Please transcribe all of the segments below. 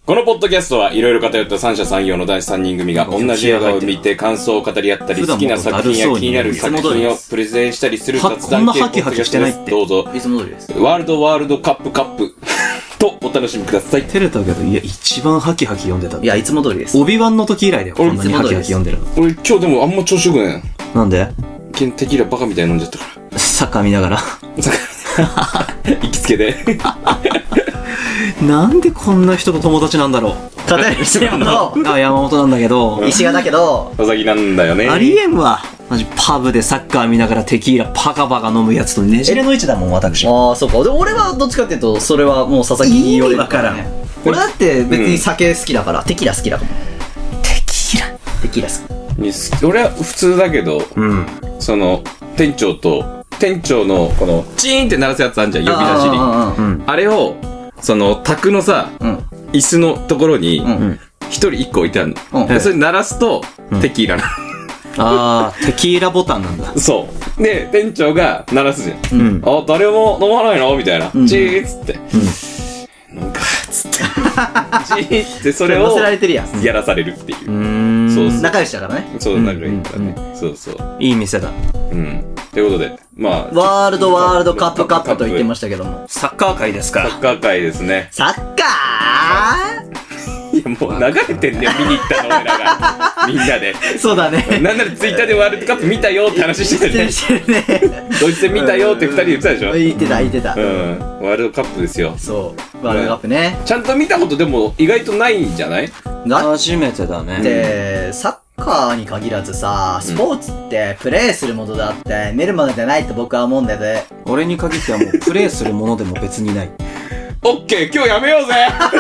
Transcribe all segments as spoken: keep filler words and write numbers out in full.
このポッドキャストはいろいろ偏った三者三様の男子三人組が同じ映画を見て感想を語り合ったり、好きな作品や気になる作品をプレゼンしたりする雑談系ポッドキャストです。どうぞ。 いつも通りです。 ワールドワールドカップカップとお楽しみください。 照れたけど、いや、一番ハキハキ読んでた。 いや、いつも通りです。 オビワンの時以来だよ、こんなにハキハキ読んでるの。 俺今日でもあんま調子よくないの。なんで？ テキーラバカみたいに飲んじゃったから。 サッカー見ながら。 行きつけで。 なんでこんな人と友達なんだろう。 片寄山本。 あ、山本なんだけど。 石川だけど。 佐々木なんだよね。 ありえんわ。マジパブでサッカー見ながらテキーラパカパカ飲むやつとねじれの位置だもん、私。 ああ、そうか。でも俺はどっちかっていうと、それはもう佐々木よりだからね。俺だって別に酒好きだから、うん、テキーラ好きだかも。 テキーラテキーラ好き。 俺は普通だけど、うん、その、店長と、店長のこのチーンって鳴らすやつあんじゃん、呼び出しに。あ, あ, あれをその卓のさ、うん、椅子のところに一人一個置いてあるの、うん、それ鳴らすと、うん、テキーラなの。 あー、テキーラボタンなんだ。 そうで店長が鳴らすじゃん、うん、あ、誰も飲まないのみたいな、うん、チーっつって、うん、なんかつってチーってそれをやらされるっていう。うーん、そうそう、仲良しだからね。 そう仲良しだからね、うん、そうそう、 いい店だ。 うん。ということで、まあ。 ワールドワールドカップカップと言ってましたけども。 サッカー界ですか。 サッカー界ですね。 サッカーいや、もう流れてんだよ、見に行ったの、俺らが。みんなで。 そうだね。 なんならツイッターでワールドカップ見たよって話してるね。してるね。ドイツ戦見たよって二人言ってたでしょ。 言ってた、言ってた。 うん。ワールドカップですよ。 そう。ワールドカップね。 ちゃんと見たことでも意外とないんじゃない？ 初めてだね。 で、サッサッカーに限らずさ、スポーツってプレイするものだって見るものじゃないと僕は思うんだよね。 俺に限ってはもうプレイするものでも別にない。 オッケー、今日やめようぜ。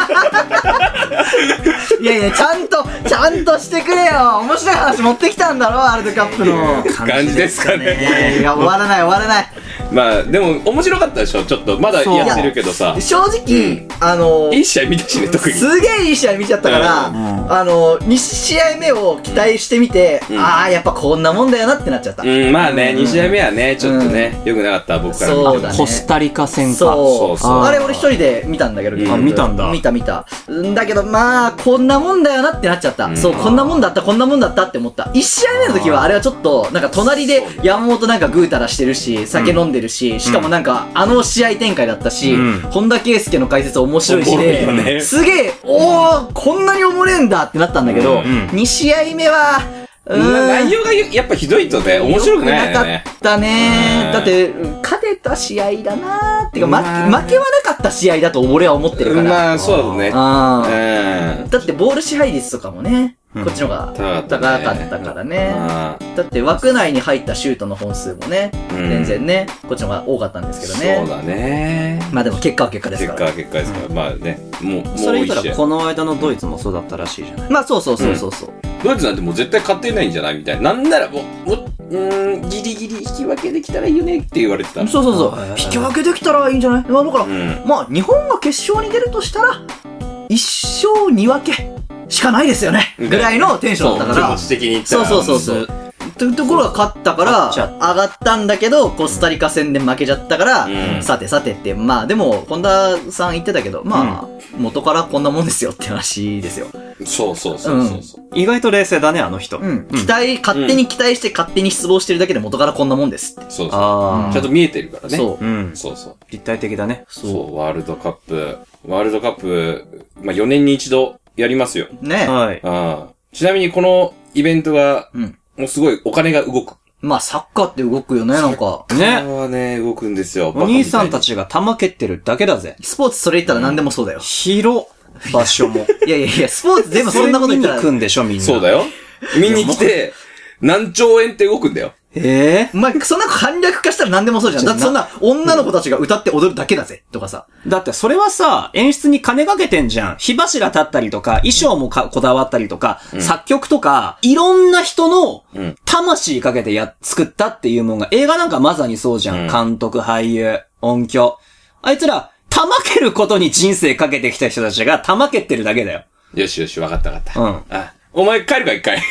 いやいや、ちゃんとちゃんとしてくれよ。面白い話持ってきたんだろ、ワールドカップの感じですかね。 いや、終わらない終わらない。 まあでも面白かったでしょ。ちょっとまだやってるけどさ、 正直、うん、あのいい試合見たしね、特にすげえいい試合見ちゃったから、うん、あのに試合目を期待してみて、うん、ああやっぱこんなもんだよなってなっちゃった。 うん、まあね、うん、に試合目はねちょっとね、うん、よくなかった僕から見ても、 ね、 コスタリカ戦か。 そうそうそう、あれ俺一人で見たんだけど、 うん、あ、見たんだ。 見た見た。だけどまあこんなもんだよなってなっちゃった。うん、そう、こんなもんだったこんなもんだったって思った。いち試合目の時はあれはちょっとなんか隣で山本なんかぐうたらしてるし、酒飲んでるし、うん、しかもなんかあの試合展開だったし、うん、本田圭佑の解説面白いしで、ね、すげえおーこんなにおもれんだってなったんだけど、うんうん、に試合目はうーん、内容がやっぱひどいとね面白くないよね。 なかったね。だって勝てた試合だなーっていうか、ま、負けはなかった試合だと俺は思ってるから。 まあそうだね。 あ、うん、だってボール支配率とかもね、こっちの方が高かったからね。だって枠内に入ったシュートの本数もね、うん、全然ねこっちの方が多かったんですけどね。 そうだね。 まあでも結果は結果ですから。 結果は結果ですから、うん、まあね、もうもうそれ言ったらこの間のドイツもそうだったらしいじゃない。 まあそうそうそうそうそう、 うん、ドイツなんてもう絶対勝てないんじゃないみたいな。なんならもう、もう、うーん、ギリギリ引き分けできたらいいよねって言われてた。 そうそうそう。引き分けできたらいいんじゃない？だから、うん、まあ日本が決勝に出るとしたら、一勝二分けしかないですよね。ぐらいのテンションだったから。 気持ち的に言ったら。 そうそうそうそう。というところが勝ったから上がったんだけど、コスタリカ戦で負けちゃったから、うん、さてさてって、まあでも本田さん言ってたけど、まあ、うん、元からこんなもんですよって話ですよ。 そうそうそうそうそう、 うん、意外と冷静だね、あの人。 うん、期待、勝手に期待して勝手に失望してるだけで元からこんなもんですって。 そうそう、あ、ちゃんと見えてるからね。 そう、 うん、 そうそう、 立体的だね。 そう、そうワールドカップワールドカップ、まあよねんに一度やりますよね。 はい。 あ、ちなみにこのイベントが、うん、もうすごいお金が動く。 まあサッカーって動くよね、なんか。 ね。これはね、動くんですよ。 お兄さんたちが玉蹴ってるだけだぜ。 スポーツそれ言ったら何でもそうだよ。 広、場所も。 いやいやいや、スポーツでもそんなこと言ったら。 見に来んでしょ、みんな。 そうだよ。見に来て、何兆円って動くんだよ。 ええー、まあ、そんな簡略化したら何でもそうじゃん。だってそんな女の子たちが歌って踊るだけだぜ、とかさ。 だってそれはさ、演出に金かけてんじゃん。火柱立ったりとか、衣装もかこだわったりとか、うん、作曲とか、いろんな人の魂かけてや、作ったっていうもんが、映画なんかまさにそうじゃん。うん、監督、俳優、音響。あいつら、玉蹴ることに人生かけてきた人たちが玉蹴ってるだけだよ。 よしよし、わかったわかった。 うん。 あ、お前帰るか一回。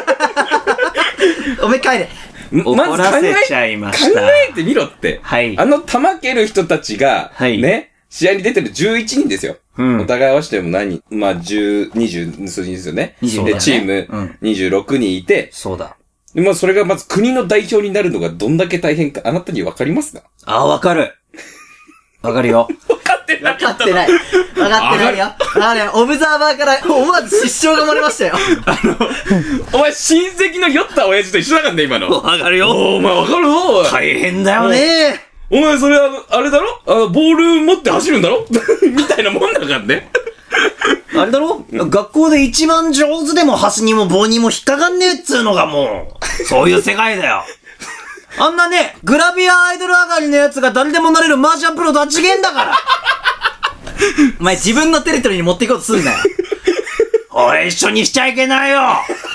お前帰れ。 怒らせちゃいました。 考えてみろって。 はい。 あの玉蹴る人たちが、はい、ね、試合に出てるじゅういちにんですよ。 うん、お互い合わせても何人まあ、じゅう、にじゅう数人ですよね。 にじゅうで、チームにじゅうろくにんいて、 そうだ。 で、まあ、それがまず国の代表になるのがどんだけ大変か、あなたにわかりますか？ あ、わかる。わかるよ。 わかってない。 わかってない。わかってないよ。あれ、オブザーバーから思わず失笑が生まれましたよ。 あの、お前親戚の酔った親父と一緒だからね、今の。 わかるよ。 お, お前わかるぞ、 大変だよね。 お前それあの、あれだろあの、ボール持って走るんだろみたいなもんだからね。 あれだろ、うん、学校で一番上手でも箸にも棒にも引っかかんねえっつうのがもう、そういう世界だよ。あんなね、グラビアアイドル上がりのやつが誰でもなれるマージャンプロとは違えんだから。 お前自分のテリトリーに持っていこうとすんなよ。 俺一緒にしちゃいけないよ。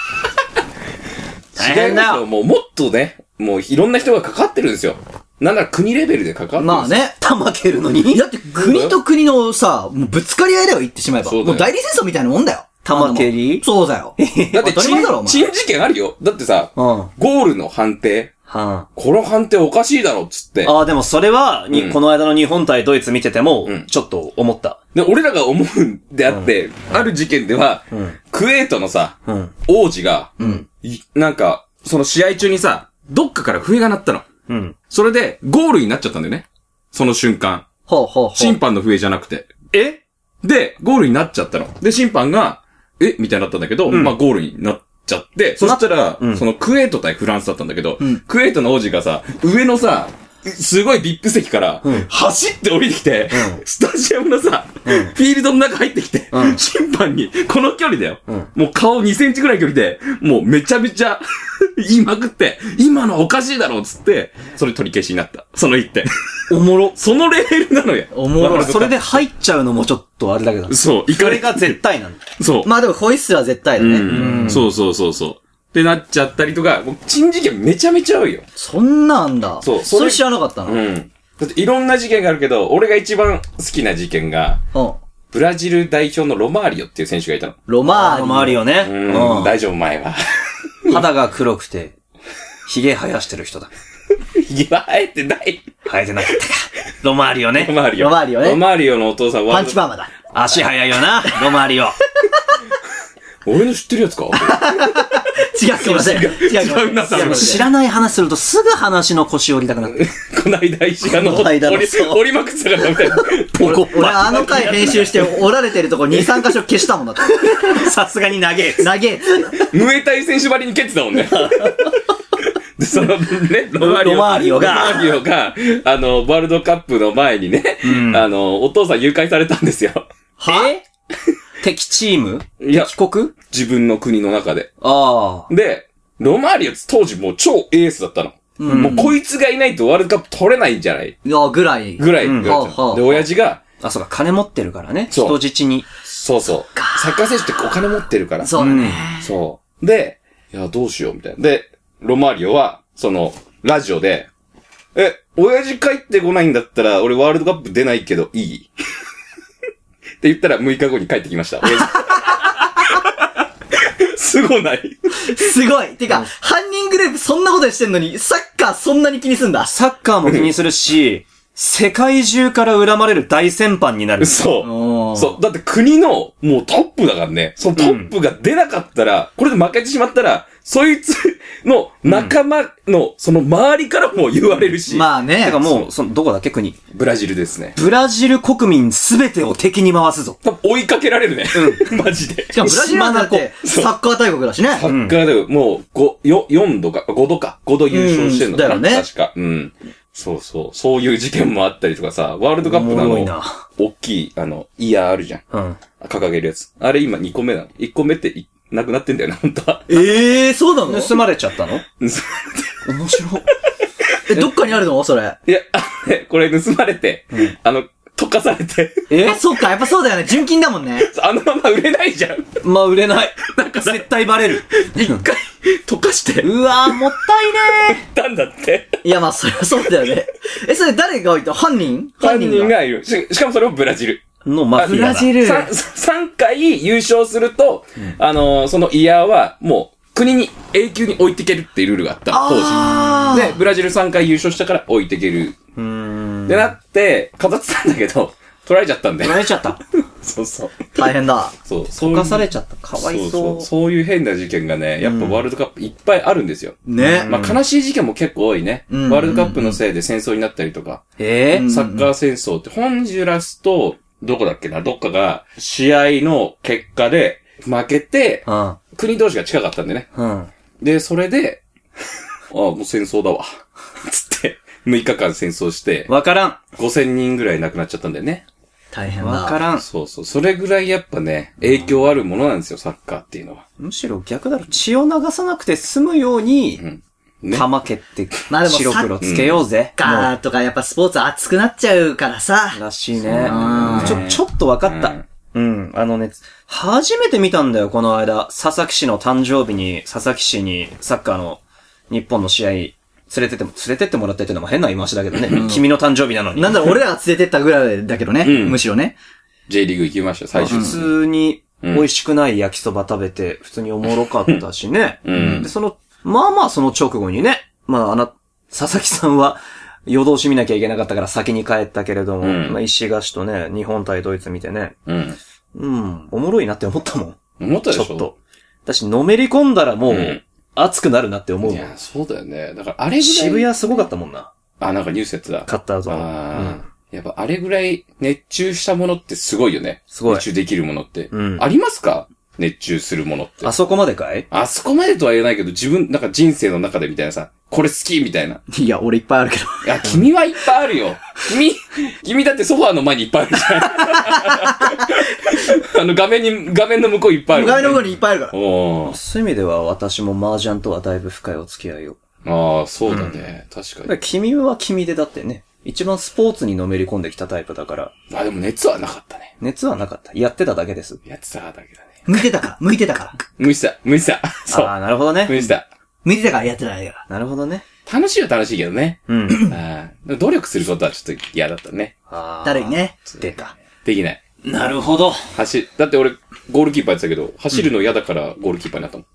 大変だよ。もうもっとね、もういろんな人がかかってるんですよ。なんなら国レベルでかかってるんですよ。 まあね。 玉蹴るのに。 だって国と国のさ、もうぶつかり合いだよ、言ってしまえば。もう代理戦争みたいなもんだよ。 玉蹴り？ そうだよ。 だってチン、チン事件あるよ。だってさ、うん、ゴールの判定。はあ、この判定おかしいだろっつって。 ああ、でもそれは、に、うん、この間の日本対ドイツ見てても、うん、ちょっと思った。 で、俺らが思うんであって、うん、ある事件では、うん、クウェートのさ、うん、王子が、うん、なんか、その試合中にさ、どっかから笛が鳴ったの。うん。それで、ゴールになっちゃったんだよね。その瞬間。 ほうほうほう。 審判の笛じゃなくて。え？で、ゴールになっちゃったの。で、審判が、えみたいになったんだけど、うん、まあゴールになっちゃって、そしたら、うん、そのクウェート対フランスだったんだけど、うん、クウェートの王子がさ、上のさ、すごいビップ席から、走って降りてきて、うん、スタジアムのさ、うん、フィールドの中入ってきて、うん、審判に、この距離だよ。うん、もう顔にセンチぐらい距離で、もうめちゃめちゃ言いまくって、今のおかしいだろうっつって、それ取り消しになった。その一点。 おもろ。 そのレベルなのよ。 おもろ。それで入っちゃうのもちょっとあれだけど。 そう。 それが絶対なんだ。 そう。 まあでもホイッスルは絶対だね。うん。 うん、そうそうそうそう。ってなっちゃったりとか、もう、珍事件めちゃめちゃ多いよ。 そんなんだ。 そう。 それ知らなかったの？ うん。だっていろんな事件があるけど、俺が一番好きな事件が、うん。ブラジル代表のロマーリオっていう選手がいたの。 ロマーリオ。 ロマーリオね。 うん。うん、大丈夫、前は。 肌が黒くて、髭生やしてる人だ。 髭は生えてない。 生えてなかったか。ロマーリオね。 ロマーリオ。 ロマーリオね。 ロマーリオのお父さんは。 パンチパーマだ。 足早いよな、ロマーリオ。 俺の知ってるやつか違うかもしれない。 違うな、多分。 知らない話するとすぐ話の腰折りたくなって。 こないだ石がの折り、折りまくってたからみたいな。 俺あの回編集して折られてるとこに、さん箇所消したもんだって。 さすがに長え。 長え。 ムエタイ選手ばりに蹴ってたもんね。で、そのね、ロマーリオ。 ロマーリオが。 ロマーリオが、あの、ワールドカップの前にね、うん、あの、お父さん誘拐されたんですよ。 はえ敵チームいや、敵国自分の国の中で。 ああ。 で、ロマーリオ当時もう超エースだったの。うん、もうこいつがいないとワールドカップ取れないんじゃないいや、ぐらい。 ぐらい。うん、で、親父が、 あ、そうか、金持ってるからね。人質に。 そうそう。サッカー選手ってお金持ってるから。 そうだね。 そう。で、いや、どうしよう、みたいな。で、ロマーリオは、その、ラジオで、え、親父帰ってこないんだったら、俺ワールドカップ出ないけどいいって言ったらむいかごに帰ってきました。すごないすごい。てか、うん、犯人グループそんなことしてんのに、サッカーそんなに気にすんだ。 サッカーも気にするし、世界中から恨まれる大戦犯になる。 そう。そう。だって国の、もうトップだからね。そのトップが出なかったら、うん、これで負けてしまったら、そいつの仲間の、その周りからも言われるし。 うん、まあね。 てかもう、その、どこだっけ国ブラジルですね。 ブラジル国民すべてを敵に回すぞ。 多分追いかけられるね。うん。マジで。 しかもブラジルなんだってサッカー大国だしね。 サッカー大国。もう、ご、よ、よんどか、ごどか。ごど優勝してんのかな。 うん、だよね。 確か。うん。そうそう。そういう事件もあったりとかさ、ワールドカップのあの、大きい、あの、イヤーあるじゃん。うん。掲げるやつ。あれ今にこめなの。いっこめってい、なくなってんだよな、ほんとは。 ええー、そうなの？ 盗まれちゃったの？盗まれて。面白い。え、どっかにあるのそれ。 いや、あね、これ盗まれて、うん、あの、溶かされて。 えそうか、やっぱそうだよね。純金だもんね。 あのまま売れないじゃん。 まあ売れない。なんか絶対バレる。 一回、溶かして。 うわー、もったいねー。なんだって。 いや、まあそりゃそうだよね。え、それ誰が置いた？犯人？ 犯人がいる。し、しかもそれもブラジル。 のマフィアだ。 ブラジル。 さんかい優勝すると、うん、あのー、そのイヤーはもう国に永久に置いてけるっていうルールがあった当時。で、ブラジルさんかい優勝したから置いてける。うーん。ってなって、飾ってたんだけど、 取られちゃったんで。 取られちゃった。 そうそう。 大変だ。 そう。 溶かされちゃった。かわいそう。 そうそう。そういう変な事件がね、やっぱワールドカップいっぱいあるんですよ。 ね。 まあ悲しい事件も結構多いね。ワールドカップのせいで戦争になったりとか。 えサッカー戦争って、ホンジュラスと、どこだっけな、どっかが、試合の結果で負けて、国同士が近かったんでね。で、それで、ああ、もう戦争だわ。つって、むいかかん戦争して、 わからん。 ごせんにんぐらい亡くなっちゃったんだよね。 大変だ。 わからん。 そうそう。それぐらいやっぱね、影響あるものなんですよ、サッカーっていうのは。 むしろ逆だろ。血を流さなくて済むように、うんね、玉蹴って、 まあでも白黒つけようぜ。 サッカーとかやっぱスポーツ熱くなっちゃうからさ。 らしいね。ちょ、ちょっとわかった。うん、あのね、初めて見たんだよ、この間。佐々木氏の誕生日に、佐々木氏にサッカーの日本の試合、連れてっても、連れてってもらったっていうのも変な言い回しだけどね。うん、君の誕生日なのに。 なんだろう、俺らが連れてったぐらいだけどね。うん、むしろね。 J リーグ行きました、最初。 普通に美味しくない焼きそば食べて、普通におもろかったしね。うん、で、その、まあまあその直後にね、まああの、佐々木さんは夜通し見なきゃいけなかったから先に帰ったけれども、うん、まあ石橋とね、日本対ドイツ見てね。うん。うん、おもろいなって思ったもん。 思ったでしょ？ ちょっと。私、のめり込んだらもう、うん熱くなるなって思うもん。 いや、そうだよね。だからあれぐらい。 渋谷すごかったもんな。 あ、なんかニュースやつだ。 勝った後の。 あ、うん、やっぱあれぐらい熱中したものってすごいよね。 すごい。 熱中できるものって。うん。ありますか？熱中するものって。 あそこまでかい？ あそこまでとは言えないけど、自分、なんか人生の中でみたいなさ、これ好きみたいな。 いや、俺いっぱいあるけど。 いや、君はいっぱいあるよ。君、君だってソファーの前にいっぱいあるじゃん。あの画面に、画面の向こういっぱいある、 ね。画面の向こうにいっぱいあるから。 おそういう意味では私も麻雀とはだいぶ深いお付き合いを。 ああ、そうだね。うん、確かに。 君は君でだってね。一番スポーツにのめり込んできたタイプだから。 あ、でも熱はなかったね。 熱はなかった。やってただけです。 やってただけだね。 向いてたから。向いてたから。 向いてた。向いてた。そう。 ああ、なるほどね。 向いてた。 向いてたからやってないから。 なるほどね。 楽しいは楽しいけどね。うん。あ努力することはちょっと嫌だったね。 ああ。だるいね。 出た。 できない。 なるほど。 走、だって俺、ゴールキーパーやってたけど、走るの嫌だからゴールキーパーになったもん。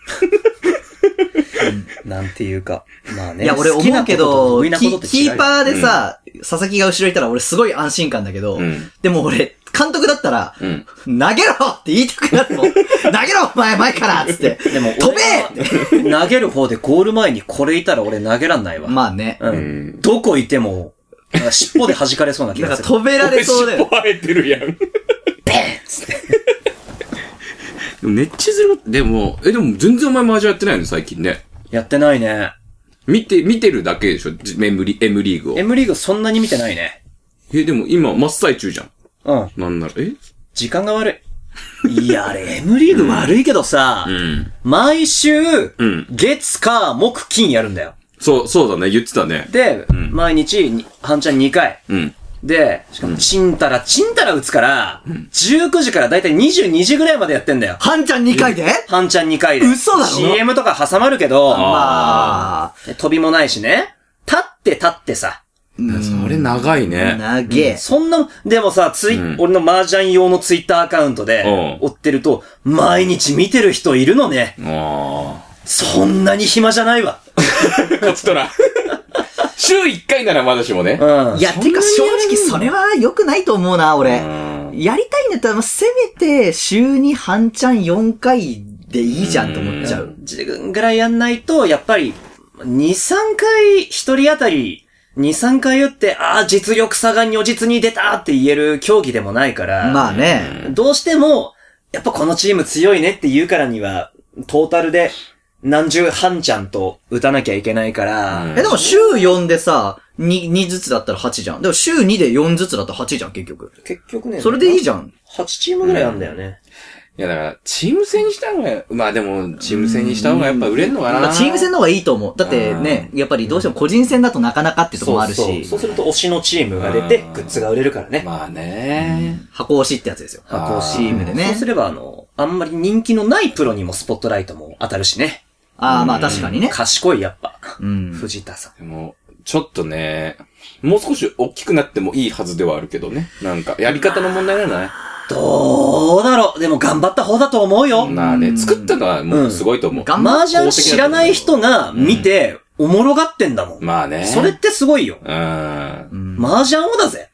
うん、なんていうか。まあね。 いや、俺思うけど、キーパーでさ、うん、佐々木が後ろいたら俺すごい安心感だけど、うん、でも俺、監督だったら、うん、投げろって言いたくなるの。投げろお前前からつって。でも、飛べって投げる方でゴール前にこれいたら俺投げらんないわ。 まあね。 うん。どこいても、尻尾で弾かれそうな気がする。 なんか飛べられそうだよ。 尻尾生えてるやん。ペンつって。でも熱中するでも、え、でも全然お前麻雀やってないの最近ね。 やってないね。 見て、見てるだけでしょ ?M リーグを。 M リーグそんなに見てないね。 え、でも今真っ最中じゃん。 うん。 なんなら、え時間が悪い。いや、あれ、M リーグ悪いけどさ、うん、毎週、うん、月、火、木、金やるんだよ。 そう、そうだね、言ってたね。 で、うん、毎日、半ちゃんにかい。うん、で、しかも、チンタラ、チンタラ打つから、うん、じゅうくじからだいたいにじゅうにじぐらいまでやってんだよ。 半ちゃんにかいで半ちゃんにかいで。 嘘だろ ?シーエム とか挟まるけど、まあ、飛びもないしね。立って立ってさ。 うん、それ長いね。 長え、 うん。そんな、でもさ、ツイ、うん、俺の麻雀用のツイッターアカウントで追ってると、毎日見てる人いるのね。あそんなに暇じゃないわ。 こっちとら。週いっかいならまだしもね。 うん。いや、てか正直それは良くないと思うな、俺。やりたいんだったら、せめて週に半ちゃんよんかいでいいじゃんと思っちゃう。 自分ぐらいやんないと、やっぱり、に、さんかい一人当たり、に、さんかい打って、ああ、実力差が如実に出たって言える競技でもないから。 まあね。 どうしても、やっぱこのチーム強いねって言うからには、トータルで何十半ちゃんと打たなきゃいけないから。 え、でも週よんでさ、に、にずつだったらはちじゃん。でも週にでよんずつだったらはちじゃん、結局。 結局ね。 それでいいじゃん。 はちチームぐらいあるんだよね。うんいやだから、チーム戦にした方が、まあでも、チーム戦にした方がやっぱ売れるのかな。 チーム戦の方がいいと思う。だってね、やっぱりどうしても個人戦だとなかなかってとこもあるし。 そうそう、そうすると推しのチームが出て、グッズが売れるからね。 まあね、 うん。箱推しってやつですよ。箱推しチームでね。 そうすればあの、あんまり人気のないプロにもスポットライトも当たるしね。 ああ、まあ確かにね。 賢いやっぱ。 うん。 藤田さん。でも、ちょっとね、もう少し大きくなってもいいはずではあるけどね。なんか、やり方の問題じゃない？ どうだろうでも頑張った方だと思うよ。 まあね、作ったのはもうすごいと思う。 麻雀知らない人が見て、おもろがってんだもん。 まあね。 それってすごいよ。 うん。 麻雀をだぜ。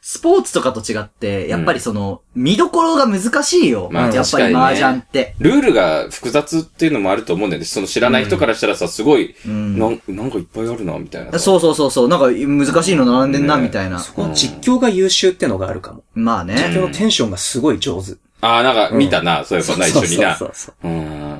スポーツとかと違って、やっぱりその、見どころが難しいよ。 まあやっぱり麻雀って。 ルールが複雑っていうのもあると思うんだよね。その知らない人からしたらさ、すごい、うん、なんなんかいっぱいあるな、みたいな。 そうそうそうそう。なんか難しいの並んでんな、みたいな。 そこは実況が優秀ってのがあるかも。 まあね。 実況のテンションがすごい上手。 ああ、なんか見たな、そういえばな、一緒にな。 そうそうそう。うん。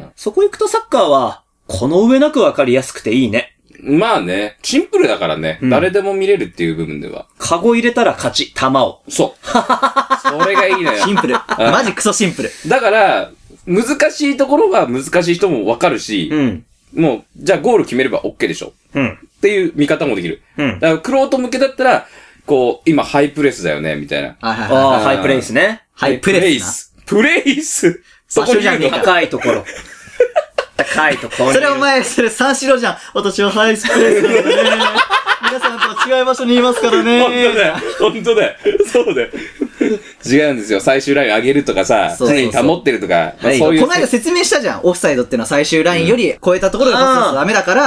そこ行くとサッカーは、この上なくわかりやすくていいね。 まあね、シンプルだからね、うん、誰でも見れるっていう部分では。 カゴ入れたら勝ち、玉を。 そう。それがいいのよ。 シンプル。マジクソシンプル。 だから、難しいところは難しい人もわかるし、うん、もう、じゃあゴール決めれば OK でしょ。うん、っていう見方もできる。うん、だから、クロート向けだったら、こう、今ハイプレスだよね、みたいな。 ああ、ハイプレイスね。 ハイプレイス。 プレイス。そこじゃねえか。 高いところ。高いところ。 それお前、それ三四郎じゃん。私はハイスプレイスだよね。皆さんとは違う場所にいますからね。 本当だよ。本当だよ。そうだよ。違うんですよ。最終ライン上げるとかさ、常に保ってるとか。 そういう。この間説明したじゃん。オフサイドっていうのは最終ラインより超えたところでパスするとダメだから。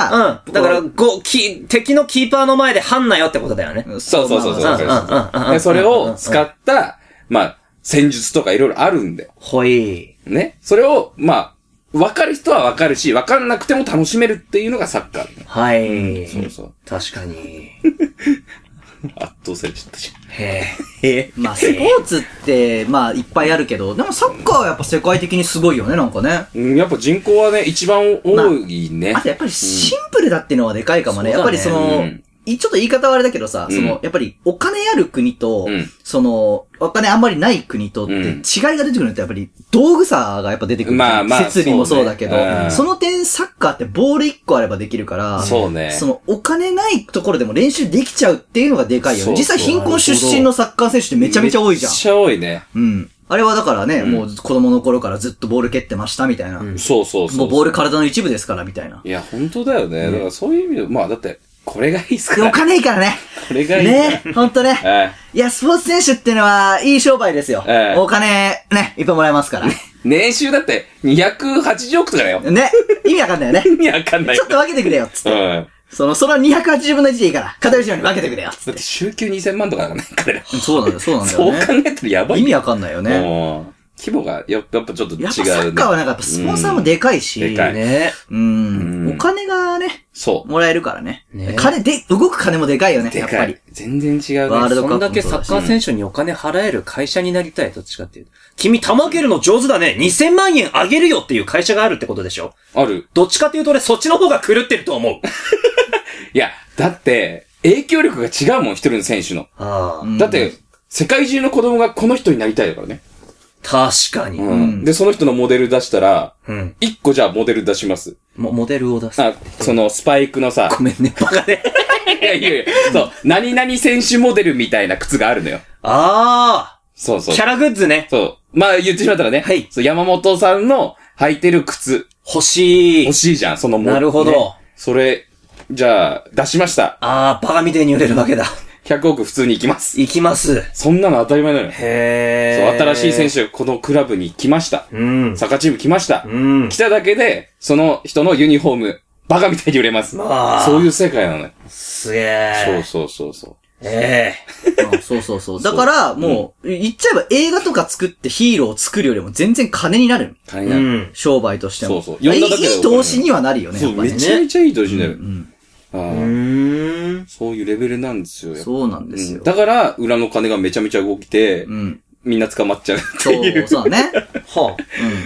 うん。だから、ご、き、敵のキーパーの前でハンなよってことだよね。 そうそうそうそう。それを使った、まあ、戦術とかいろいろあるんだよ。 ほい。 ね。それを、まあ、わかる人はわかるし、わかんなくても楽しめるっていうのがサッカー。 はい。うん、 そうそう。 確かに。 圧倒されちゃったじゃん。 へえ。へまあ、スポーツって、まあ、いっぱいあるけど、でもサッカーはやっぱ世界的にすごいよね、なんかね。 うん、やっぱ人口はね、一番多いね。 まあ、あとやっぱりシンプルだっていうのはでかいかもね。うん、やっぱりその、うんちょっと言い方はあれだけどさ、うん、その、やっぱりお金ある国と、うん、その、お金あんまりない国とって違いが出てくるのってやっぱり道具差がやっぱ出てくる。まあまあ。設備もそうだけど、そ, ねうん、その点サッカーってボールいっこあればできるから、 そうね。 そのお金ないところでも練習できちゃうっていうのがでかいよね。実際貧困出身のサッカー選手ってめちゃめちゃ多いじゃん。 めっちゃ多いね。 うん。あれはだからね、うん、もう子供の頃からずっとボール蹴ってましたみたいな。うん、 そうそうそう。 もうボール体の一部ですからみたいな。 いや、本当だよね。うん、だからそういう意味で、まあだって、これがいいっすかお金いいからね。 これがいい。 ね、ほんとね。ええ、いや、スポーツ選手ってのは、いい商売ですよ。ええ、お金、ね、いっぱいもらえますから。ね、 年収だって、にひゃくはちじゅうおくとかだよ。 ね。意味わかんないよね。 意味わかんない。 ちょっと分けてくれよ、つって。うん。その、そのにひゃくはちじゅうぶんのいちでいいから、片吉に分けてくれよ、つって。 だって、週休にせんまんとかだからね、彼ら。 そうなんだよ、そうなんだよね。 そう考えたらやばい。 意味わかんないよね。 規模がやっぱちょっと違う、ね。 やっぱサッカーはなんかやっぱスポンサーもでかいし。 うん、でかい。 ね。うん。お金がね。 そう。 もらえるからね。ね金で、動く金もでかいよね。やっぱり。 全然違うね。 ワールドカップ。そんだけサッカー選手にお金払える会社になりたい、どっちかっていうと。君、玉蹴るの上手だね。にせんまんえんあげるよっていう会社があるってことでしょ？ ある。 どっちかっていうと俺そっちの方が狂ってると思う。 いや、だって、影響力が違うもん、一人の選手の。あだって、世界中の子供がこの人になりたいだからね。 確かに、 うん。で、その人のモデル出したら、うん。一個じゃあモデル出します。 も、モデルを出す。 あ、そのスパイクのさ。 ごめんね、バカで。 いやいやいや、そう、何々選手モデルみたいな靴があるのよ。 ああ。 そうそう。 キャラグッズね。 そう。まあ言ってしまったらね。はい。そう、山本さんの履いてる靴。 欲しい。 欲しいじゃん、そのモデル。なるほど。ね、 それ、じゃあ、出しました。 ああ、バカみてえに売れるわけだ。 ひゃくおく普通に行きます。 行きます。 そんなの当たり前なのよ。 へー。 そう、新しい選手がこのクラブに来ました。うん。サッカーチーム来ました。うん。来ただけで、その人のユニフォーム、バカみたいに売れます。まあ。そういう世界なのよ。 すげー。 そうそうそうそう。 ええー。そうそうそう。だから、もう、うん、言っちゃえば映画とか作ってヒーローを作るよりも全然金になる。 金になる。うん。 商売としても。 そうそう。呼んだだけでいい投資にはなるよね、 やっぱりね。めちゃめちゃいい投資になる。 うん。 あうんそういうレベルなんですよ。 そうなんですよ。 うん、だから、裏の金がめちゃめちゃ動きて、うん、みんな捕まっちゃうっていう。 そう、そうね。 はあ、うん。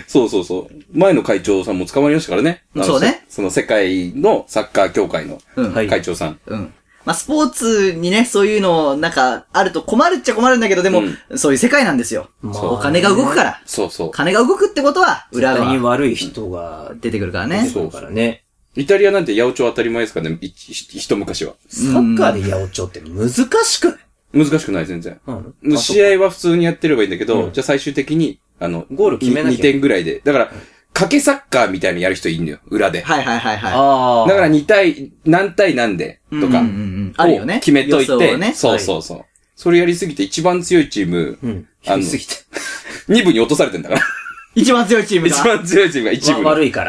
そうそうそう。前の会長さんも捕まりましたからね。 そうね。 その世界のサッカー協会の会長さん。 うん。うんまあ、スポーツにね、そういうの、なんか、あると困るっちゃ困るんだけど、でも、うん、そういう世界なんですよ。まあ、お金が動くから。 そうそう。 金が動くってことは、裏に悪い人が出てくるからね。 そうからね。 イタリアなんて八百長当たり前ですからね、一昔は。 サッカーで八百長って難しくない難しくない、全然。うん、試合は普通にやってればいいんだけど、うん、じゃあ最終的に、あの、 ゴール決めなきゃ。 にてんぐらいで。だから、賭けサッカーみたいにやる人いるんだよ、裏で。 はいはいはいはい。 だからに対、何対何で、とか、 あるよね。 決めといて、ね、そうそうそう。はい、それやりすぎて一番強いチーム、うん、 あの、すぎて。 に部に落とされてんだから。 一番強いチームが。 一番強いチームが一部。 悪いから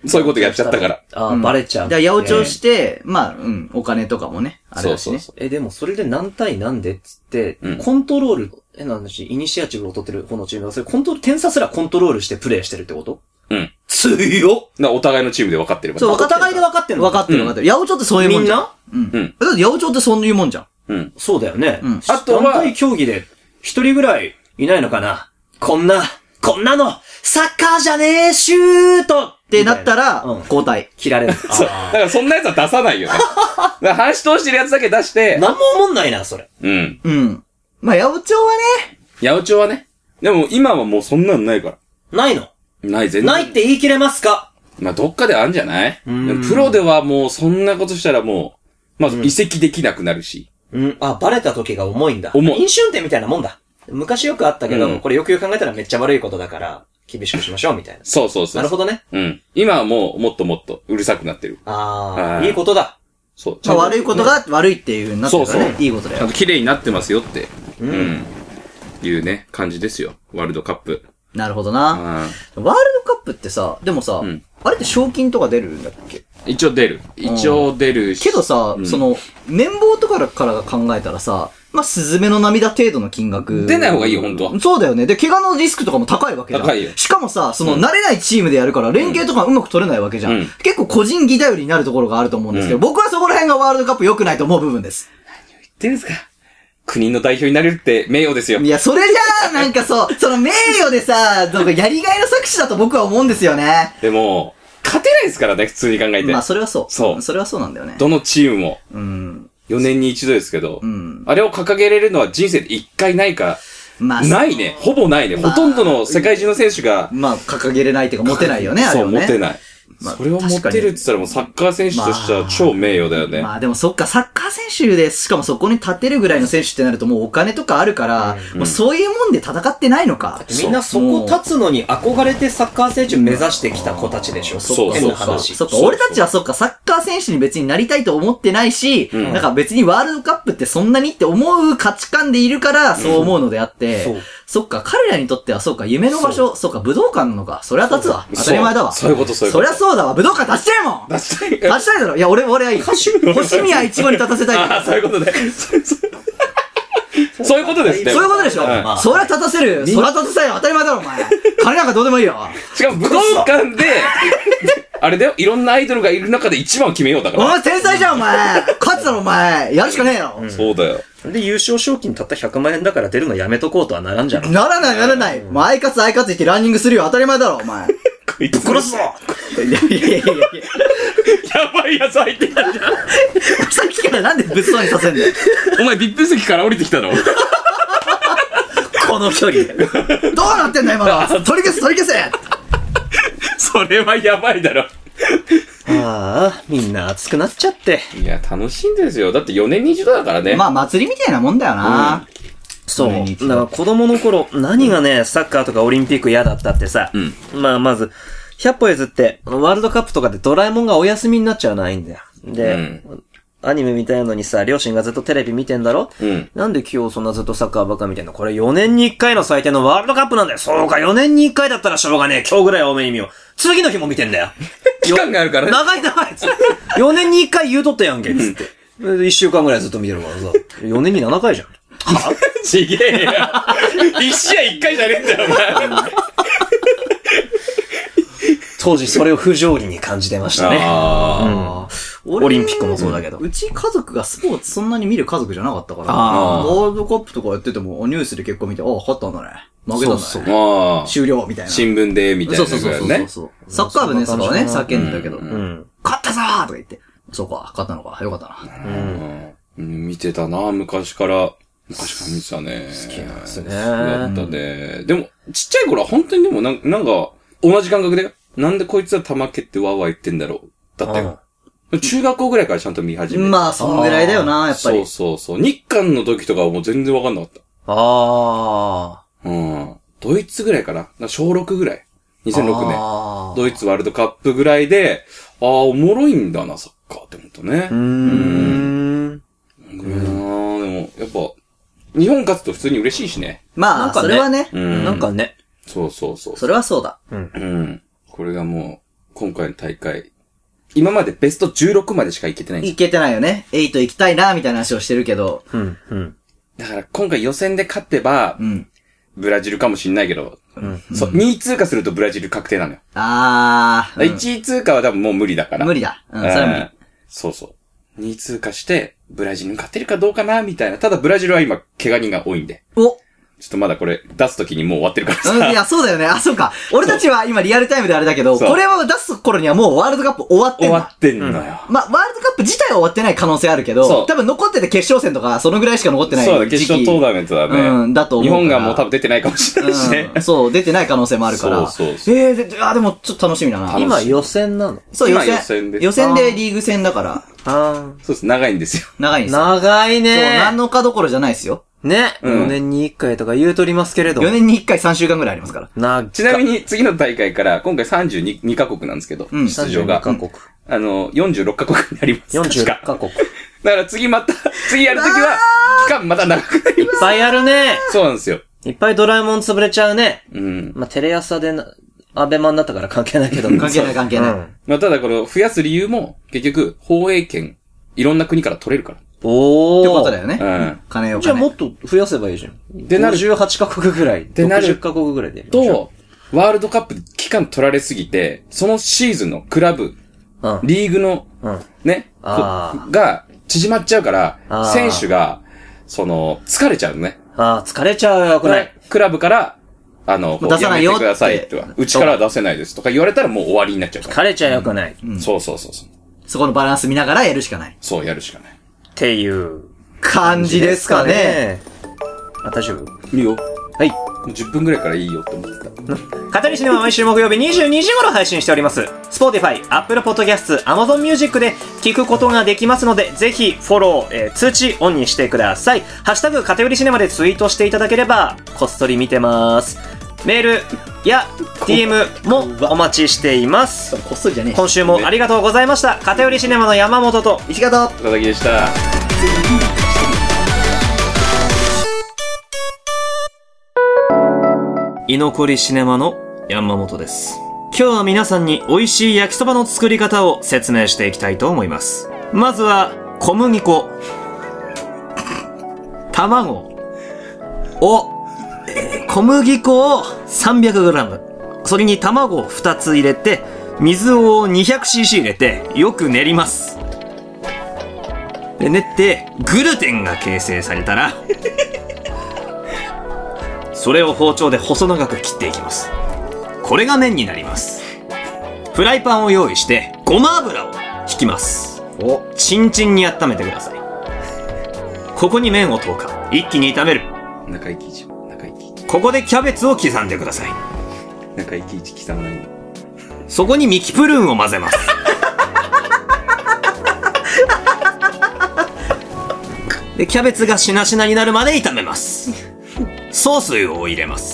そういうことやっちゃったから。 ああ、バレちゃう。 じゃあ、八百長して、まあ、うん、お金とかもね、あれだしね。 そうそうそう。 え、でもそれで何対何でっつって、うん、コントロール、え、なんだし、イニシアチブを取ってる方のチームが、それコントロール、点差すらコントロールしてプレイしてるってこと？ うん。 強っ！ な、お互いのチームで分かってれば。 そう、お互いで分かってるの？ 分かってる分かってる。八百長ってそういうもんじゃん。 みんな？ うん。うん。だって八百長ってそういうもんじゃん。 うん。 そうだよね。 うん。 あとは、団体競技で、一人ぐらいいないのかな？こんな、こんなの、サッカーじゃねえ、シュートってなったら、交代。 切られる。 そう。だからそんなやつは出さないよね。だから半死通してるやつだけ出して。 なんも思んないな、それ。 うん。 うん。まあ、八百長はね。 八百長はね。でも今はもうそんなんないから。 ないの？ ない、全然。 ないって言い切れますか？ まあ、どっかであるんじゃない？でもプロではもうそんなことしたらもう、まず移籍できなくなるし。 うん。あ、バレた時が重いんだ。 重い。 飲酒運転みたいなもんだ。昔よくあったけど、うん、これよくよく考えたらめっちゃ悪いことだから、厳しくしましょうみたいな。 そうそうそう。 なるほどね。 うん。今はもうもっともっとうるさくなってる。 ああ、いいことだ。 そう。 まあ、悪いことが悪いっていう風になってるからね。そうそう。いいことだよ。 ちゃんと綺麗になってますよって。うん。うん、いうね、感じですよ。ワールドカップ。 なるほどな。ワールドカップってさ、でもさ、うん、あれって賞金とか出るんだっけ？ 一応出る。一応出るし。 けどさ、うん、その、年俸とかから考えたらさ、まあ、スズメの涙程度の金額。 出ない方がいいよ、本当は。 そうだよね。で、怪我のリスクとかも高いわけじゃん。 高いよ。 しかもさ、その、慣れないチームでやるから、連携とかうまく取れないわけじゃん。うん、結構個人技頼りになるところがあると思うんですけど、うん、僕はそこら辺がワールドカップ良くないと思う部分です。 何を言ってるんですか？国の代表になれるって名誉ですよ。 いや、それじゃあ、なんかそう、その名誉でさ、なんかやりがいの搾取だと僕は思うんですよね。 でも、勝てないですからね、普通に考えて。 まあ、それはそう。 そう。 それはそうなんだよね。 どのチームも。 うん。 よねんに一度ですけど。 うん。 あれを掲げれるのは人生で一回ないか。まあ、ないね。ほぼないね。まあ、ほとんどの世界中の選手が。 まあ、掲げれないっていうか、持てないよね、あれはね。 そう、持てない。まあ、それを持ってるって言ったらもうサッカー選手としては超名誉だよね。 まあ、まあ、でもそっか、サッカー選手で、しかもそこに立てるぐらいの選手ってなるともうお金とかあるから、うん、もうそういうもんで戦ってないのか。 みんなそこ立つのに憧れてサッカー選手目指してきた子たちでしょ。 そうそうそう。 そっか、俺たちはそっか、サッカー選手に別になりたいと思ってないし、うん、なんか別にワールドカップってそんなにって思う価値観でいるからそう思うのであって、うん、そっか、彼らにとってはそうか、夢の場所、そっか、武道館なのか。それは立つわ。当たり前だわ。 そういうこと、そういうこと。 そりゃそうだわ。武道館立ちたいもん。 立ちたい。 立ちたいだろ。いや、俺、俺はいい。星宮一号に立たせたい。 ああ、そういうことね。そういうことですね。 そういうことでしょ。はい、そりゃ立たせる。そりゃ立たせるよ。当たり前だろ、お前。金なんかどうでもいいよ。 しかも武道館で、あれだよ、いろんなアイドルがいる中で一番決めようだから。 お前天才じゃん、お前。勝つだろ、お前。やるしかねえよ。 うん、そうだよ。 で、優勝賞金たったひゃくまんえんだから出るのやめとこうとはならんじゃん。 ならない、ならない。もう、アイカツ、アイカツ言ってランニングするよ。当たり前だろ、お前。 こいつ殺すぞ。いやいやいやいや。やばいやつ入ってきたじゃん。 さっきからなんで物騒にさせんだよ。 お前、ビップ席から降りてきたの？ この距離で。どうなってんだ、今の。取り消せ、取り消せ。 それはやばいだろ。 ああ、みんな熱くなっちゃって。 いや、楽しいんですよ。だってよねんに一度だからね。 まあ、祭りみたいなもんだよな。うん、 そう。だから子供の頃、何がね、サッカーとかオリンピック嫌だったってさ。うん、まあ、まず、ひゃっぽ譲って、ワールドカップとかでドラえもんがお休みになっちゃうのはいいんだよ。で、うん、アニメ見たいのにさ、両親がずっとテレビ見てんだろ、うん、なんで今日そんなずっとサッカーばっか見てんの？これよねんにいっかいの祭典のワールドカップなんだよ。そうか、よねんにいっかいだったらしょうがねえ。今日ぐらいは多めに見よう。次の日も見てんだよ。 期間があるからね。 長い長いっつって。よねんにいっかい言うとったやんけ、つって。いっしゅうかんぐらいずっと見てるからさ。よねんにななかいじゃん。 は？ちげえよ。いち試合いっかいじゃねえんだよ、お前。 当時それを不条理に感じてましたね。あうん、オリンピックもそうだけど。 うち家族がスポーツそんなに見る家族じゃなかったから。ワールドカップとかやっててもニュースで結構見て、ああ、勝ったんだね。負けたんだね。そうそう終了みたいな。 新聞でみたいな、ね。 そうそうそうそうそう。サッカー部ね、そこはね、叫んでたけど。うんうん、勝ったぞーとか言って。そうか、勝ったのか。よかったな。 うん、見てたな、昔から。昔から見てたね。 好きなんですね。 だったね。でも、ちっちゃい頃は本当にでもなん、なんか、同じ感覚だよ。なんでこいつは玉蹴ってワーワー言ってんだろう。だってよ。中学校ぐらいからちゃんと見始めて。 まあ、そのぐらいだよな、やっぱり。 そうそうそう。日韓の時とかはもう全然わかんなかった。 ああ。 うん。ドイツぐらいかな。小ろくぐらい。にせんろくねん。ドイツワールドカップぐらいで、ああ、おもろいんだな、サッカーって思ったね。 うーん。 うん。でも、やっぱ、日本勝つと普通に嬉しいしね。 まあ、それはね。 なんかね。 そうそうそう。 それはそうだ。 うん。うん。これがもう、 今回の大会。今までベストじゅうろくまでしかいけてないんですよ。 いけてないよね。はち行きたいな、みたいな話をしてるけど。 うん、うん。 だから今回予選で勝てば、うん、ブラジルかもしんないけど、うん、そう、にい通過するとブラジル確定なのよ。 あー。 うん、いちい通過は多分もう無理だから。 無理だ。うん、それは無理。 そうそう。にい通過して、ブラジルに勝てるかどうかな、みたいな。ただブラジルは今、怪我人が多いんで。 おちょっとまだこれ出すときにもう終わってるからさ。 うん、いや、そうだよね。あ、そうか。俺たちは今リアルタイムであれだけど、これを出す頃にはもうワールドカップ終わってんの。 終わってんのよ。うん、 まあ、ワールドカップ自体は終わってない可能性あるけど、多分残ってて決勝戦とか、そのぐらいしか残ってない時期。 そうだ、決勝トーナメントだね。 うん、だと思う。 日本がもう多分出てないかもしれないしね。 うん、そう、出てない可能性もあるから。 そうそうそう。 えー、で、あ、でもちょっと楽しみだな。 今予選なの？ そう、予選。 予選で。 予選でリーグ戦だから。 あそうです、長いんですよ。 長いんですよ。 長いね。 そう、何のかどころじゃないですよ。 ね、うん。よねんにいっかいとか言うとりますけれど。 よねんにいっかいさんしゅうかんぐらいありますから。 な、ちなみに次の大会から今回さんじゅうにカ国なんですけど、うん、出場が。 さんじゅうにカ国。 あの、よんじゅうろっカ国になります。 よんじゅうろっカ国。 だから次また、次やるときは、期間また長くなります。 いっぱいやるね。 そうなんですよ。 いっぱいドラえもん潰れちゃうね。 うん。 まあ、テレ朝でな、アベマになったから関係ないけど。 関係ない関係ない。うん、 まあ、ただこの増やす理由も、結局、放映権、いろんな国から取れるから。 おー。ってことだよね。 うん。 金を。 じゃあもっと増やせばいいじゃん。でなる。じゅうはちカ国ぐらい。でなる。ろくじゅっカ国ぐらいで。 と、ワールドカップで期間取られすぎて、そのシーズンのクラブ、うん、リーグの、うん、ね、が縮まっちゃうから、選手が、その、疲れちゃうのね。 ああ、疲れちゃうよ、これ。 クラブから、あの、 出さないよ。やめてくださいとか、うちからは出せないですとか言われたらもう終わりになっちゃうから。 疲れちゃうよくない、 うん。そうそうそうそう。 そこのバランス見ながらやるしかない。 そう、やるしかない。 っていう感じですかね。 あ、大丈夫？ いいよ。 はい。 じゅっぷんぐらいからいいよって思ってた。語りシネマ毎週木曜日にじゅうにじ頃配信しております。Spotify、Apple Podcast、Amazon Music で聞くことができますので、ぜひフォロー、えー、通知オンにしてください。ハッシュタグ、偏りシネマでツイートしていただければ、こっそり見てます。メールや ディーエム もお待ちしています。 こっそりじゃねえ。 今週もありがとうございました。偏りシネマの山本と石方、 佐々木でした。 居残りシネマの山本です。今日は皆さんに美味しい焼きそばの作り方を説明していきたいと思います。まずは小麦粉、卵を小麦粉を さんびゃくグラム、 それに卵をふたつ入れて水を にひゃくシーシー 入れてよく練ります。で練ってグルテンが形成されたらそれを包丁で細長く切っていきます。これが麺になります。フライパンを用意してごま油を引きます。おチンチンに温めてください。ここに麺を投下、一気に炒める。 中井貴一、中井貴一。 ここでキャベツを刻んでください。 中井貴一刻まないの。 そこにミキプルーンを混ぜますでキャベツがしなしなになるまで炒めます。ソースを入れます。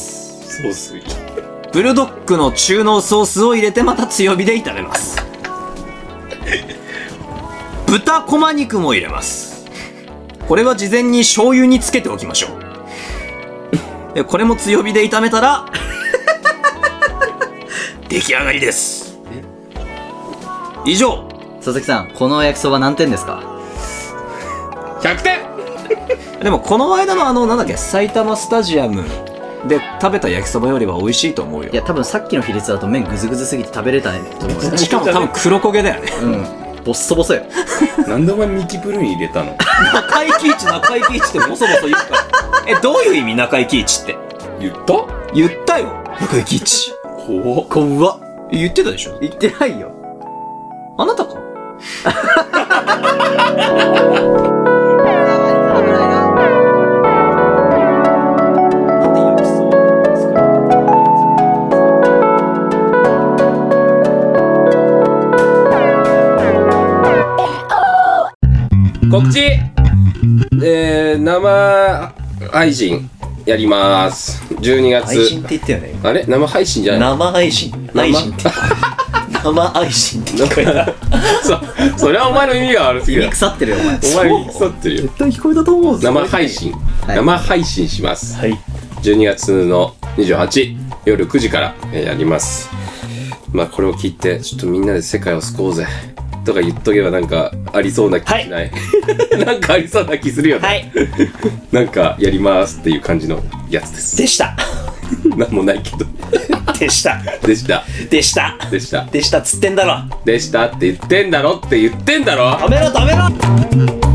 ソースブルドッグの中濃ソースを入れてまた強火で炒めます。豚こま肉も入れます。これは事前に醤油につけておきましょう。でこれも強火で炒めたら出来上がりです。以上。 佐々木さん、この焼きそば何点ですか？ ひゃくてんでもこの間のあのなんだっけ埼玉スタジアムで食べた焼きそばよりは美味しいと思うよ。 いや多分さっきの比率だと麺グズグズすぎて食べれたねと思うよ。 しかも多分黒焦げだよね。 うん。ボッソボソよ。 なんでお前ミキプルーン入れたの？ 中井貴一中井貴一ってボソボソ言うから。えどういう意味中井貴一って？ 言った？ 言ったよ。中井貴一。 怖っ。怖っ。 言ってたでしょ？ 言ってないよ。 あなたか？ 告知、えー、生配信やります。じゅうにがつ。 配信って言ったよね。 あれ生配信じゃない？ 生配信。配信って。生配信って聞こえた。 そ、それはお前の耳が悪すぎる。 耳腐ってるよお前。 お前耳腐ってるよ。 絶対聞こえたと思うぞ。 生配信、はい、生配信します。 はい。 じゅうにがつのにじゅうはち夜くじからやります。 まあこれを聞いて、ちょっとみんなで世界を救おうぜ。とか言っとけばなんかありそうな気しない、はい、なんかありそうな気するよね。はい。なんかやりますっていう感じのやつです。 でした。 なんもないけど。 でした。 でした。 でした。 でした。 でしたっつってんだろ。 でしたって言ってんだろって言ってんだろ。 止めろ止めろ